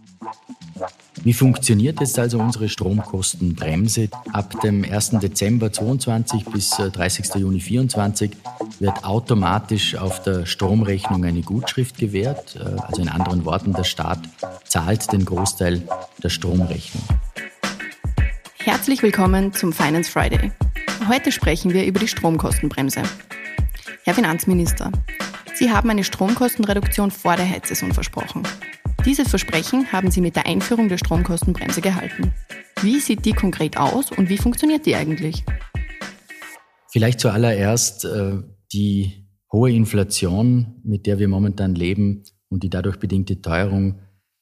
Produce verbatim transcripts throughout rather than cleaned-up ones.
Wie funktioniert jetzt also unsere Stromkostenbremse? Ab dem ersten Dezember zweiundzwanzig bis dreißigsten Juni vierundzwanzig wird automatisch auf der Stromrechnung eine Gutschrift gewährt. Also in anderen Worten, der Staat zahlt den Großteil der Stromrechnung. Herzlich willkommen zum Finance Friday. Heute sprechen wir über die Stromkostenbremse. Herr Finanzminister, Sie haben eine Stromkostenreduktion vor der Heizsaison versprochen. Dieses Versprechen haben Sie mit der Einführung der Stromkostenbremse gehalten. Wie sieht die konkret aus und wie funktioniert die eigentlich? Vielleicht zuallererst äh, die hohe Inflation, mit der wir momentan leben und die dadurch bedingte Teuerung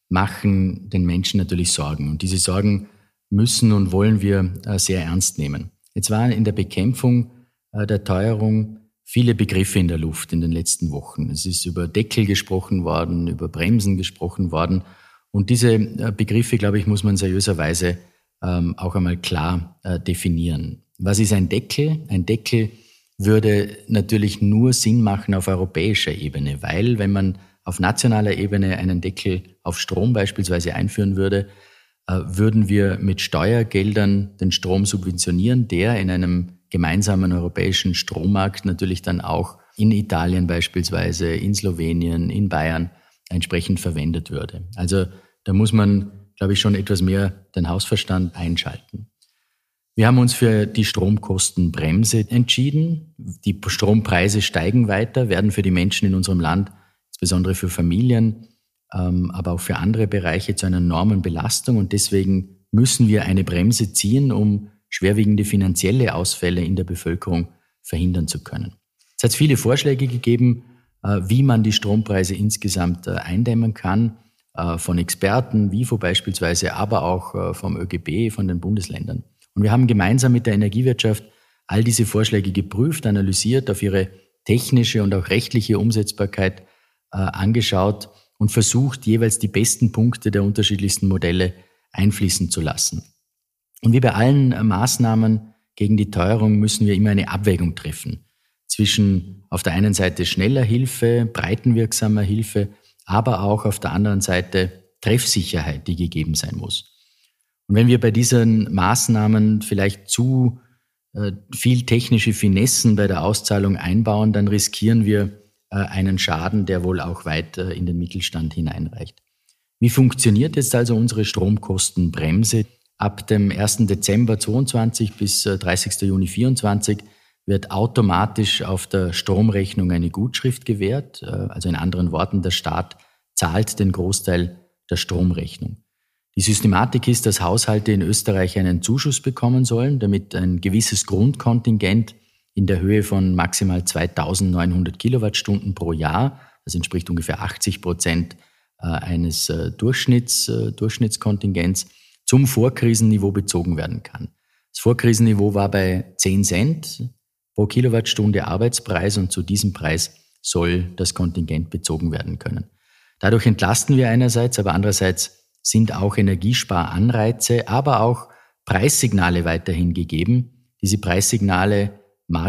machen den Menschen natürlich Sorgen. Und diese Sorgen müssen und wollen wir äh, sehr ernst nehmen. Jetzt waren in der Bekämpfung äh, der Teuerung viele Begriffe in der Luft in den letzten Wochen. Es ist über Deckel gesprochen worden, über Bremsen gesprochen worden. Und diese Begriffe, glaube ich, muss man seriöserweise ähm, auch einmal klar äh, definieren. Was ist ein Deckel? Ein Deckel würde natürlich nur Sinn machen auf europäischer Ebene, weil wenn man auf nationaler Ebene einen Deckel auf Strom beispielsweise einführen würde, äh, würden wir mit Steuergeldern den Strom subventionieren, der in einem gemeinsamen europäischen Strommarkt natürlich dann auch in Italien beispielsweise, in Slowenien, in Bayern entsprechend verwendet würde. Also da muss man, glaube ich, schon etwas mehr den Hausverstand einschalten. Wir haben uns für die Stromkostenbremse entschieden. Die Strompreise steigen weiter, werden für die Menschen in unserem Land, insbesondere für Familien, aber auch für andere Bereiche zu einer enormen Belastung. Und deswegen müssen wir eine Bremse ziehen, um schwerwiegende finanzielle Ausfälle in der Bevölkerung verhindern zu können. Es hat viele Vorschläge gegeben, wie man die Strompreise insgesamt eindämmen kann, von Experten, W I F O beispielsweise, aber auch vom Ö G B, von den Bundesländern. Und wir haben gemeinsam mit der Energiewirtschaft all diese Vorschläge geprüft, analysiert, auf ihre technische und auch rechtliche Umsetzbarkeit angeschaut und versucht, jeweils die besten Punkte der unterschiedlichsten Modelle einfließen zu lassen. Und wie bei allen Maßnahmen gegen die Teuerung müssen wir immer eine Abwägung treffen zwischen auf der einen Seite schneller Hilfe, breitenwirksamer Hilfe, aber auch auf der anderen Seite Treffsicherheit, die gegeben sein muss. Und wenn wir bei diesen Maßnahmen vielleicht zu äh, viel technische Finessen bei der Auszahlung einbauen, dann riskieren wir äh, einen Schaden, der wohl auch weit äh, in den Mittelstand hineinreicht. Wie funktioniert jetzt also unsere Stromkostenbremse? Ab dem ersten Dezember zweiundzwanzig bis dreißigsten Juni vierundzwanzig wird automatisch auf der Stromrechnung eine Gutschrift gewährt. Also in anderen Worten, der Staat zahlt den Großteil der Stromrechnung. Die Systematik ist, dass Haushalte in Österreich einen Zuschuss bekommen sollen, damit ein gewisses Grundkontingent in der Höhe von maximal zweitausendneunhundert Kilowattstunden pro Jahr, das entspricht ungefähr achtzig Prozent eines Durchschnitts, Durchschnittskontingents, zum Vorkrisenniveau bezogen werden kann. Das Vorkrisenniveau war bei zehn Cent pro Kilowattstunde Arbeitspreis und zu diesem Preis soll das Kontingent bezogen werden können. Dadurch entlasten wir einerseits, aber andererseits sind auch Energiesparanreize, aber auch Preissignale weiterhin gegeben. Diese Preissignale,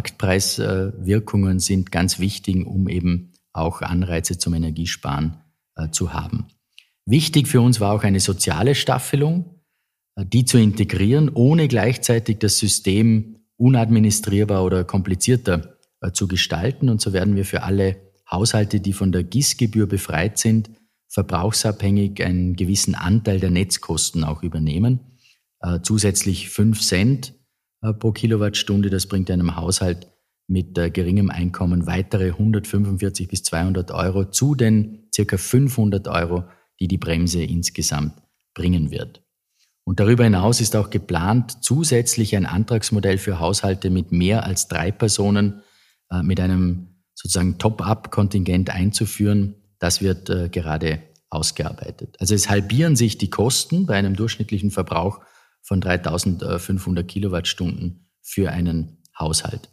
Marktpreiswirkungen sind ganz wichtig, um eben auch Anreize zum Energiesparen äh, zu haben. Wichtig für uns war auch eine soziale Staffelung, die zu integrieren, ohne gleichzeitig das System unadministrierbar oder komplizierter äh, zu gestalten. Und so werden wir für alle Haushalte, die von der G I S-Gebühr befreit sind, verbrauchsabhängig einen gewissen Anteil der Netzkosten auch übernehmen. Äh, zusätzlich fünf Cent äh, pro Kilowattstunde, das bringt einem Haushalt mit äh, geringem Einkommen weitere hundertfünfundvierzig bis zweihundert Euro zu den circa fünfhundert Euro, die die Bremse insgesamt bringen wird. Und darüber hinaus ist auch geplant, zusätzlich ein Antragsmodell für Haushalte mit mehr als drei Personen äh, mit einem sozusagen Top-up-Kontingent einzuführen. Das wird äh, gerade ausgearbeitet. Also es halbieren sich die Kosten bei einem durchschnittlichen Verbrauch von dreitausendfünfhundert Kilowattstunden für einen Haushalt.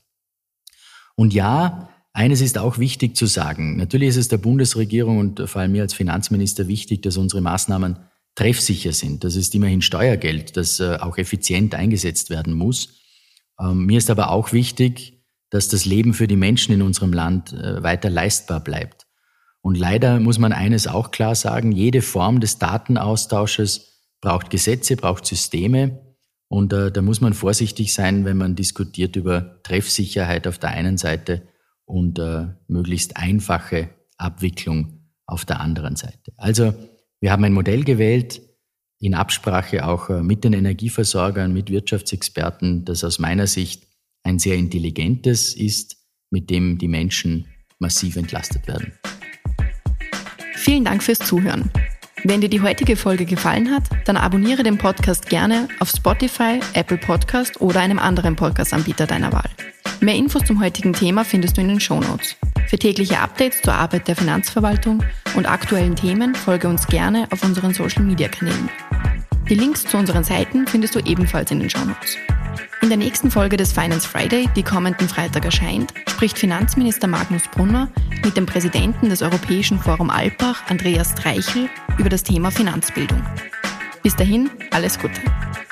Und ja, eines ist auch wichtig zu sagen. Natürlich ist es der Bundesregierung und vor allem mir als Finanzminister wichtig, dass unsere Maßnahmen treffsicher sind. Das ist immerhin Steuergeld, das äh, auch effizient eingesetzt werden muss. Ähm, mir ist aber auch wichtig, dass das Leben für die Menschen in unserem Land äh, weiter leistbar bleibt. Und leider muss man eines auch klar sagen, jede Form des Datenaustausches braucht Gesetze, braucht Systeme. Und äh, da muss man vorsichtig sein, wenn man diskutiert über Treffsicherheit auf der einen Seite und äh, möglichst einfache Abwicklung auf der anderen Seite. Also wir haben ein Modell gewählt, in Absprache auch äh, mit den Energieversorgern, mit Wirtschaftsexperten, das aus meiner Sicht ein sehr intelligentes ist, mit dem die Menschen massiv entlastet werden. Vielen Dank fürs Zuhören. Wenn dir die heutige Folge gefallen hat, dann abonniere den Podcast gerne auf Spotify, Apple Podcast oder einem anderen Podcast-Anbieter deiner Wahl. Mehr Infos zum heutigen Thema findest du in den Shownotes. Für tägliche Updates zur Arbeit der Finanzverwaltung und aktuellen Themen folge uns gerne auf unseren Social-Media-Kanälen. Die Links zu unseren Seiten findest du ebenfalls in den Shownotes. In der nächsten Folge des Finance Friday, die kommenden Freitag erscheint, spricht Finanzminister Magnus Brunner mit dem Präsidenten des Europäischen Forum Alpbach, Andreas Streichel, über das Thema Finanzbildung. Bis dahin, alles Gute.